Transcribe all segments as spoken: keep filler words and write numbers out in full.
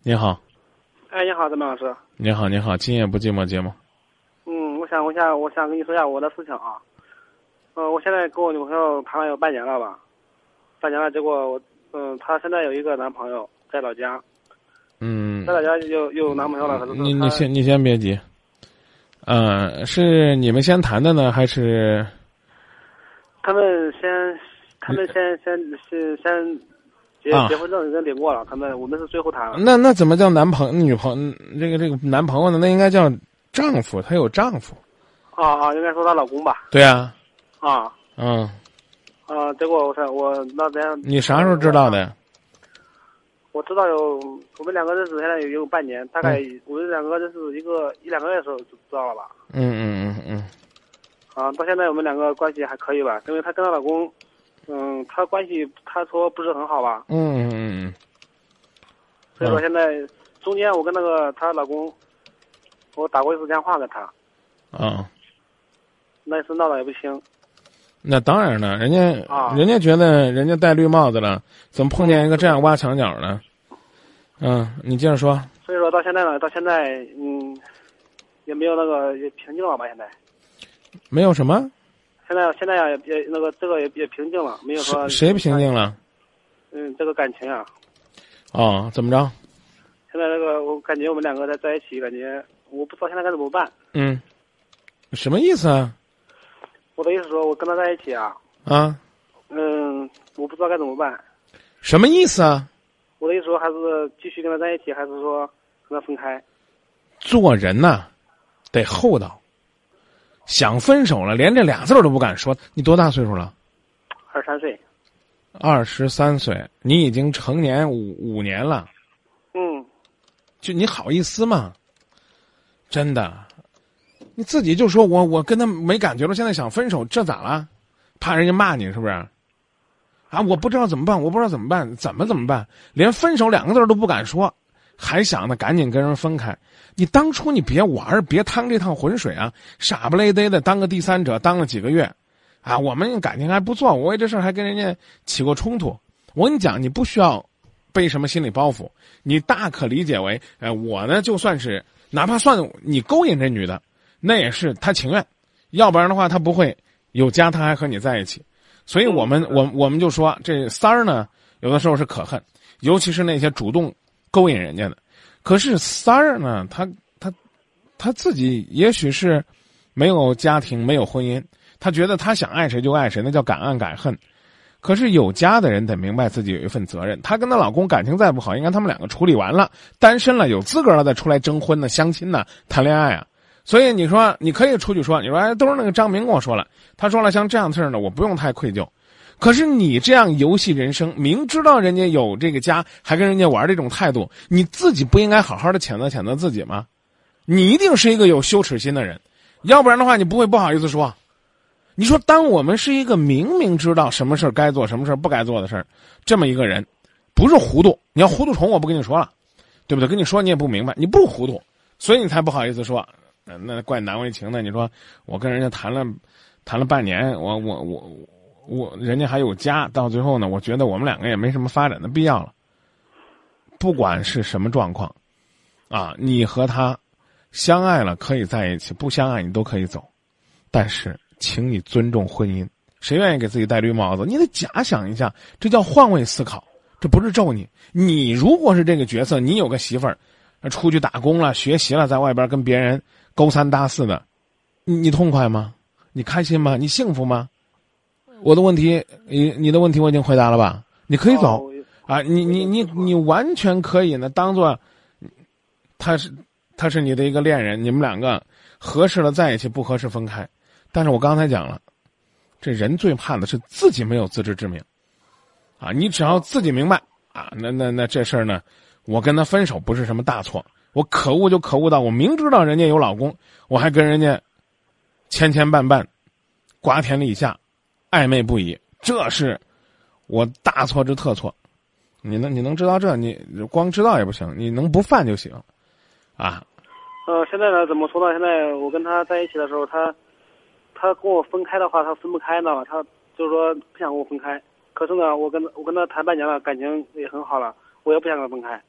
你好。 哎，你好，张明老师。 你好，你好，今夜不寂寞节目。 嗯，我想，我想，我想跟你说一下我的事情啊。嗯、呃，我现在跟我女朋友谈了有半年了吧，半年了，结果我，嗯，她现在有一个男朋友在老家。 嗯， 在老家有有男朋友了，可是你你先你先别急。呃，是你们先谈的呢，还是？ 他们先，他们先先先先结、 啊、 结婚证已经领过了，他们我们是最后谈了。 那那怎么叫男朋女朋这个这个男朋友呢？那应该叫丈夫，她有丈夫。 啊啊，应该说她老公吧。 对呀、 啊。啊。 嗯。 啊，结果我才我那边。 你啥时候知道的呀？ 我知道有我们两个认识现在有有半年，大概我们两个认识一个一两个月的时候就知道了吧。 嗯嗯嗯嗯。 啊，到现在我们两个关系还可以吧？因为她跟她老公，嗯，她关系她说不是很好吧。 嗯嗯嗯嗯。 所以说现在中间我跟那个她老公，我打过一次电话给她。 啊。 那次闹得也不轻。 那当然了，人家、 啊、 人家觉得人家戴绿帽子了，怎么碰见一个这样挖墙脚呢？嗯，你接着说。 所以说到现在呢，到现在嗯，也没有那个也平静了吧？现在没有什么？ 现在现在呀也也那个这个也也平静了，没有说谁平静了？ 嗯，这个感情啊。 哦，怎么着？ 现在这个我感觉我们两个在在一起，感觉我不知道现在该怎么办。 嗯，什么意思啊？ 我的意思说，我跟他在一起啊。 啊。 嗯，我不知道该怎么办。 什么意思啊？ 我的意思说，还是继续跟他在一起，还是说跟他分开？ 做人呐、啊，得厚道。想分手了，连这俩字都不敢说。你多大岁数了？ 二十三岁。 二十三岁，你已经成年五五年了。 嗯。 就你好意思吗？真的，你自己就说我我跟他没感觉了，现在想分手，这咋了？怕人家骂你是不是？啊，我不知道怎么办，我不知道怎么办，怎么怎么办？连分手两个字都不敢说，还想着赶紧跟人分开。你当初你别玩，别趟这趟浑水啊！傻不勒嘚的当个第三者，当了几个月，啊，我们感情还不错，我为这事还跟人家起过冲突。我跟你讲，你不需要背什么心理包袱，你大可理解为，呃，我呢就算是哪怕算你勾引这女的，那也是她情愿，要不然的话她不会有家，她还和你在一起。所以我们我我们就说这三儿呢，有的时候是可恨，尤其是那些主动勾引人家的。可是三儿呢，他他他自己也许是没有家庭，没有婚姻，他觉得他想爱谁就爱谁，那叫敢爱敢恨。可是有家的人得明白自己有一份责任，她跟她老公感情再不好，应该他们两个处理完了，单身了，有资格了再出来征婚呢、相亲呢、谈恋爱啊。所以你说你可以出去说，你说哎，都是那个张明跟我说了，他说了像这样的事呢，我不用太愧疚。可是你这样游戏人生，明知道人家有这个家，还跟人家玩这种态度，你自己不应该好好的谴责谴责自己吗？你一定是一个有羞耻心的人，要不然的话你不会不好意思说。你说当我们是一个明明知道什么事该做什么事不该做的事儿，这么一个人，不是糊涂，你要糊涂虫我不跟你说了，对不对？跟你说你也不明白，你不糊涂，所以你才不好意思说。那怪难为情的。你说我跟人家谈了谈了半年，我我我我人家还有家，到最后呢，我觉得我们两个也没什么发展的必要了。不管是什么状况啊，你和他相爱了可以在一起，不相爱你都可以走，但是请你尊重婚姻。谁愿意给自己戴绿帽子？你得假想一下，这叫换位思考，这不是咒你。你如果是这个角色，你有个媳妇儿出去打工了，学习了，在外边跟别人勾三搭四的，你你痛快吗？你开心吗？你幸福吗？我的问题，你你的问题我已经回答了吧？你可以走、哦、啊，你你你你完全可以呢，当做他是他是你的一个恋人，你们两个合适了在一起，不合适分开。但是我刚才讲了，这人最怕的是自己没有自知之明啊！你只要自己明白啊，那那那这事儿呢，我跟他分手不是什么大错。我可恶就可恶到我明知道人家有老公，我还跟人家牵牵绊绊、瓜田李下、暧昧不已，这是我大错之特错。你能你能知道这，你光知道也不行，你能不犯就行啊。 呃，现在呢，怎么说呢？现在我跟他在一起的时候，他他跟我分开的话，他分不开呢，他就是说不想跟我分开。可是呢，我跟我跟他谈半年了，感情也很好了，我也不想跟他分开。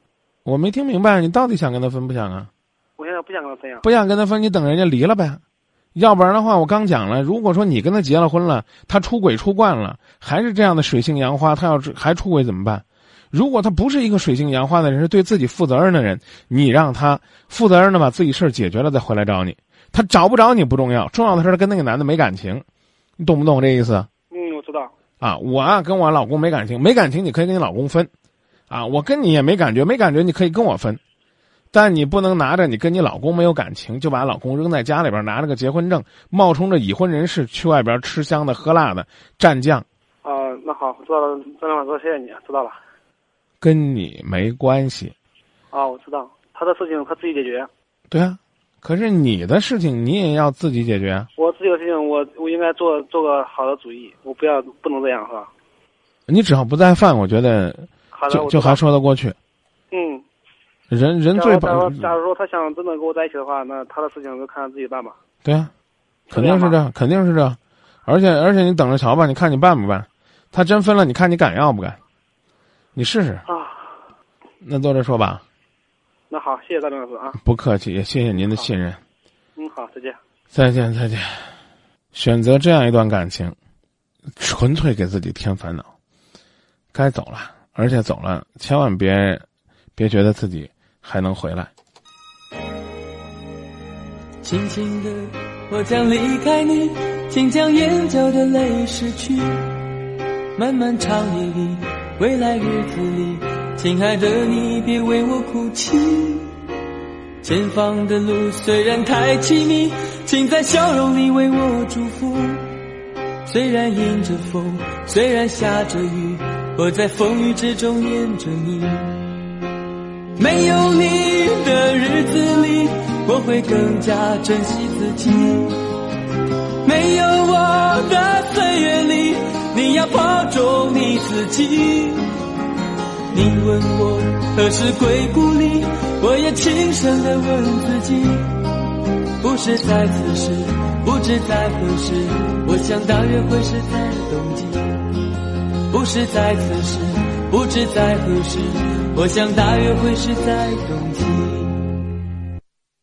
我没听明白，你到底想跟他分不想啊？ 我现在不想跟他分呀。 不想跟他分，你等人家离了呗。要不然的话，我刚讲了，如果说你跟他结了婚了，他出轨出惯了，还是这样的水性杨花，他要是还出轨怎么办？如果他不是一个水性杨花的人，是对自己负责任的人，你让他负责任的把自己事儿解决了再回来找你。他找不着你不重要，重要的是他跟那个男的没感情，你懂不懂这意思？ 嗯，我知道。 啊，我啊跟我老公没感情，没感情你可以跟你老公分，啊，我跟你也没感觉，没感觉你可以跟我分，但你不能拿着你跟你老公没有感情就把老公扔在家里边，拿着个结婚证，冒充着已婚人士去外边吃香的喝辣的蘸酱。 啊、呃，那好，知道了，张老师，谢谢你，知道了。 跟你没关系。 啊，我知道，他的事情他自己解决。 对啊，可是你的事情你也要自己解决。 我自己的事情，我我应该做做个好的主意，我不要不能这样，是吧？ 你只要不再犯，我觉得就就还说得过去。 嗯。 人人最假如假如说他想真的跟我在一起的话，那他的事情就看他自己办吧。 对啊，肯定是这样，肯定是这样。而且而且你等着瞧吧，你看你办不办？他真分了，你看你敢要不敢？你试试啊。 那到这说吧。 那好，谢谢大张老师啊。 不客气，也谢谢您的信任。 嗯，好，再见。 再见，再见。选择这样一段感情，纯粹给自己添烦恼。该走了，而且走了，千万别别觉得自己还能回来。 轻轻的，我将离开你，请将眼角的泪拭去。漫漫长夜里，未来日子里，亲爱的你别为我哭泣。前方的路虽然太凄迷，请在笑容里为我祝福。虽然迎着风，虽然下着雨，我在风雨之中念着你。没有你的日子里，我会更加珍惜自己。没有我的岁月里，你要保重你自己。你问我何时归故里，我也轻声地问自己。不是在此时，不知在何时，我想大约会是在冬季。不是在此时，不知在何时，我想大约会是在冬季。